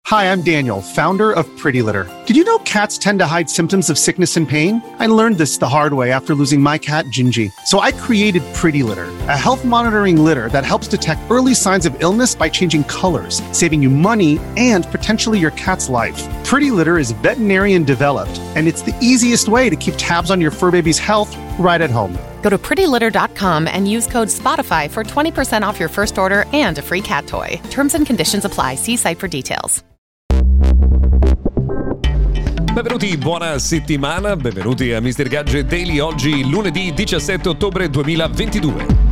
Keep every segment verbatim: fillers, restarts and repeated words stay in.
Hi, I'm Daniel, founder of Pretty Litter. Did you know cats tend to hide symptoms of sickness and pain? I learned this the hard way after losing my cat, Gingy. So I created Pretty Litter, a health monitoring litter that helps detect early signs of illness by changing colors, saving you money and potentially your cat's life. Pretty Litter is veterinarian developed, and it's the easiest way to keep tabs on your fur baby's health right at home. Go to pretty litter dot com and use code Spotify for twenty percent off your first order and a free cat toy. Terms and conditions apply. See site for details. Benvenuti, buona settimana, benvenuti a mister Gadget Daily, oggi lunedì diciassette ottobre duemilaventidue.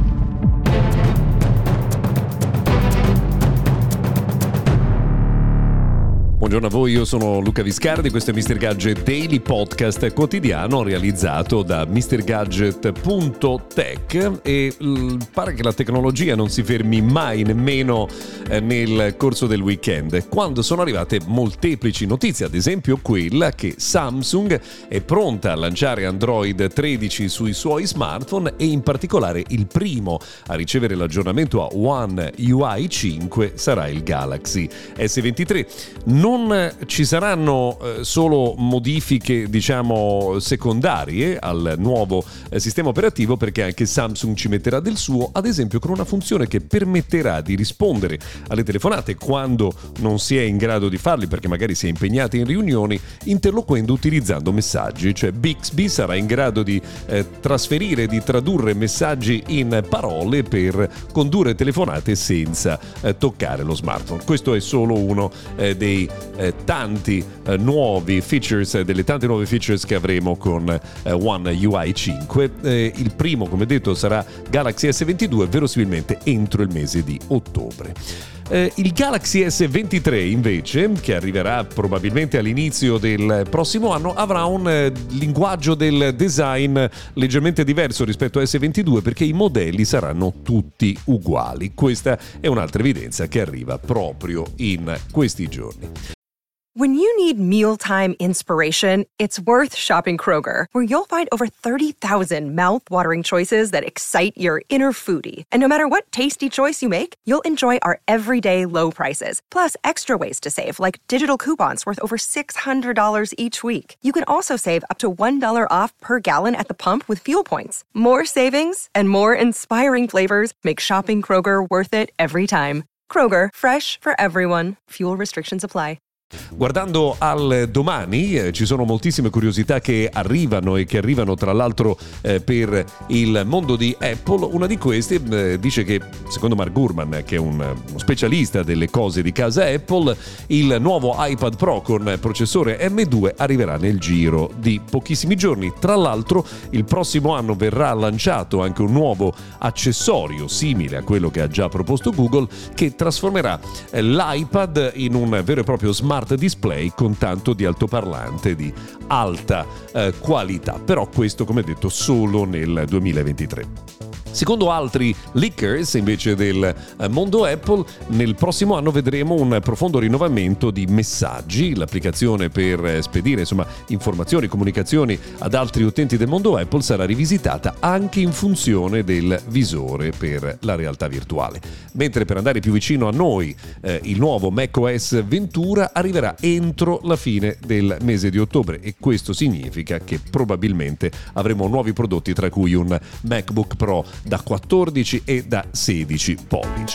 Buongiorno a voi, io sono Luca Viscardi, questo è mister Gadget Daily, podcast quotidiano realizzato da mister gadget punto tech e l- pare che la tecnologia non si fermi mai nemmeno eh, nel corso del weekend, quando sono arrivate molteplici notizie, ad esempio quella che Samsung è pronta a lanciare Android tredici sui suoi smartphone e in particolare il primo a ricevere l'aggiornamento a One U I cinque sarà il Galaxy S ventitré. Non Non ci saranno eh, solo modifiche, diciamo, secondarie al nuovo eh, sistema operativo, perché anche Samsung ci metterà del suo, ad esempio con una funzione che permetterà di rispondere alle telefonate quando non si è in grado di farli, perché magari si è impegnati in riunioni, interloquendo utilizzando messaggi, cioè Bixby sarà in grado di eh, trasferire, di tradurre messaggi in parole per condurre telefonate senza eh, toccare lo smartphone. Questo è solo uno eh, dei Eh, tanti eh, nuovi features, eh, delle tante nuove features che avremo con eh, One U I cinque. Eh, il primo, come detto, sarà Galaxy S ventidue, verosimilmente entro il mese di ottobre. Eh, il Galaxy S ventitré invece, che arriverà probabilmente all'inizio del prossimo anno, avrà un eh, linguaggio del design leggermente diverso rispetto a S ventidue, perché i modelli saranno tutti uguali. Questa è un'altra evidenza che arriva proprio in questi giorni. When you need mealtime inspiration, it's worth shopping Kroger, where you'll find over thirty thousand mouth-watering choices that excite your inner foodie. And no matter what tasty choice you make, you'll enjoy our everyday low prices, plus extra ways to save, like digital coupons worth over six hundred dollars each week. You can also save up to one dollar off per gallon at the pump with fuel points. More savings and more inspiring flavors make shopping Kroger worth it every time. Kroger, fresh for everyone. Fuel restrictions apply. Guardando al domani eh, ci sono moltissime curiosità che arrivano e che arrivano tra l'altro eh, per il mondo di Apple. Una di queste eh, dice che, secondo Mark Gurman, che è un, uno specialista delle cose di casa Apple, il nuovo iPad Pro con processore M due arriverà nel giro di pochissimi giorni. Tra l'altro il prossimo anno verrà lanciato anche un nuovo accessorio simile a quello che ha già proposto Google, che trasformerà eh, l'iPad in un vero e proprio smart display con tanto di altoparlante di alta eh, qualità, però questo, come detto, solo nel duemilaventitré. Secondo altri leakers invece del eh, mondo Apple, nel prossimo anno vedremo un profondo rinnovamento di messaggi. L'applicazione per eh, spedire insomma informazioni, comunicazioni ad altri utenti del mondo Apple sarà rivisitata anche in funzione del visore per la realtà virtuale. Mentre per andare più vicino a noi eh, il nuovo macOS Ventura arriverà entro la fine del mese di ottobre, e questo significa che probabilmente avremo nuovi prodotti, tra cui un MacBook Pro da quattordici e da sedici pollici.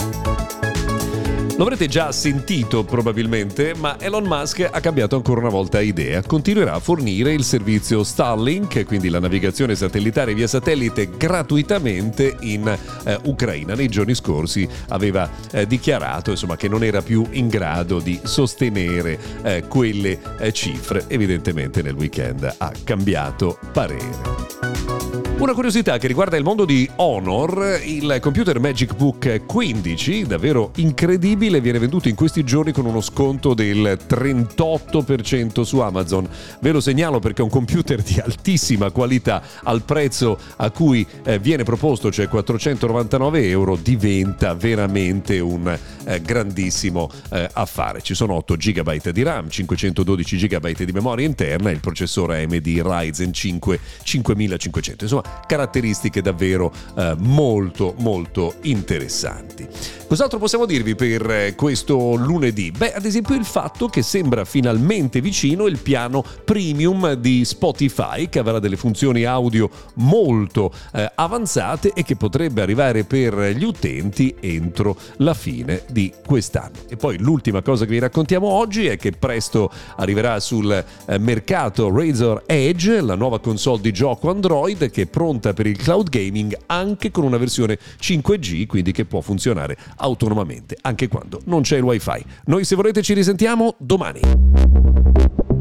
Lo avrete già sentito probabilmente, ma Elon Musk ha cambiato ancora una volta idea. Continuerà a fornire il servizio Starlink, quindi la navigazione satellitare via satellite, gratuitamente in eh, Ucraina. Nei giorni scorsi aveva eh, dichiarato insomma che non era più in grado di sostenere eh, quelle eh, cifre. Evidentemente nel weekend ha cambiato parere. Una curiosità che riguarda il mondo di Honor: il computer Magic Book quindici, davvero incredibile, viene venduto in questi giorni con uno sconto del trentotto per cento su Amazon. Ve lo segnalo perché è un computer di altissima qualità, al prezzo a cui eh, viene proposto, cioè quattrocentonovantanove euro, diventa veramente un eh, grandissimo eh, affare. Ci sono otto giga di RAM, cinquecentododici giga di memoria interna e il processore A M D Ryzen cinque cinquemilacinquecento. Insomma, caratteristiche davvero eh, molto molto interessanti. Cos'altro possiamo dirvi per questo lunedì? Beh, ad esempio il fatto che sembra finalmente vicino il piano premium di Spotify, che avrà delle funzioni audio molto eh, avanzate e che potrebbe arrivare per gli utenti entro la fine di quest'anno. E poi l'ultima cosa che vi raccontiamo oggi è che presto arriverà sul eh, mercato Razer Edge, la nuova console di gioco Android che è pronta per il cloud gaming anche con una versione cinque G, quindi che può funzionare autonomamente anche quando non c'è il wifi. Noi, se volete, ci risentiamo domani.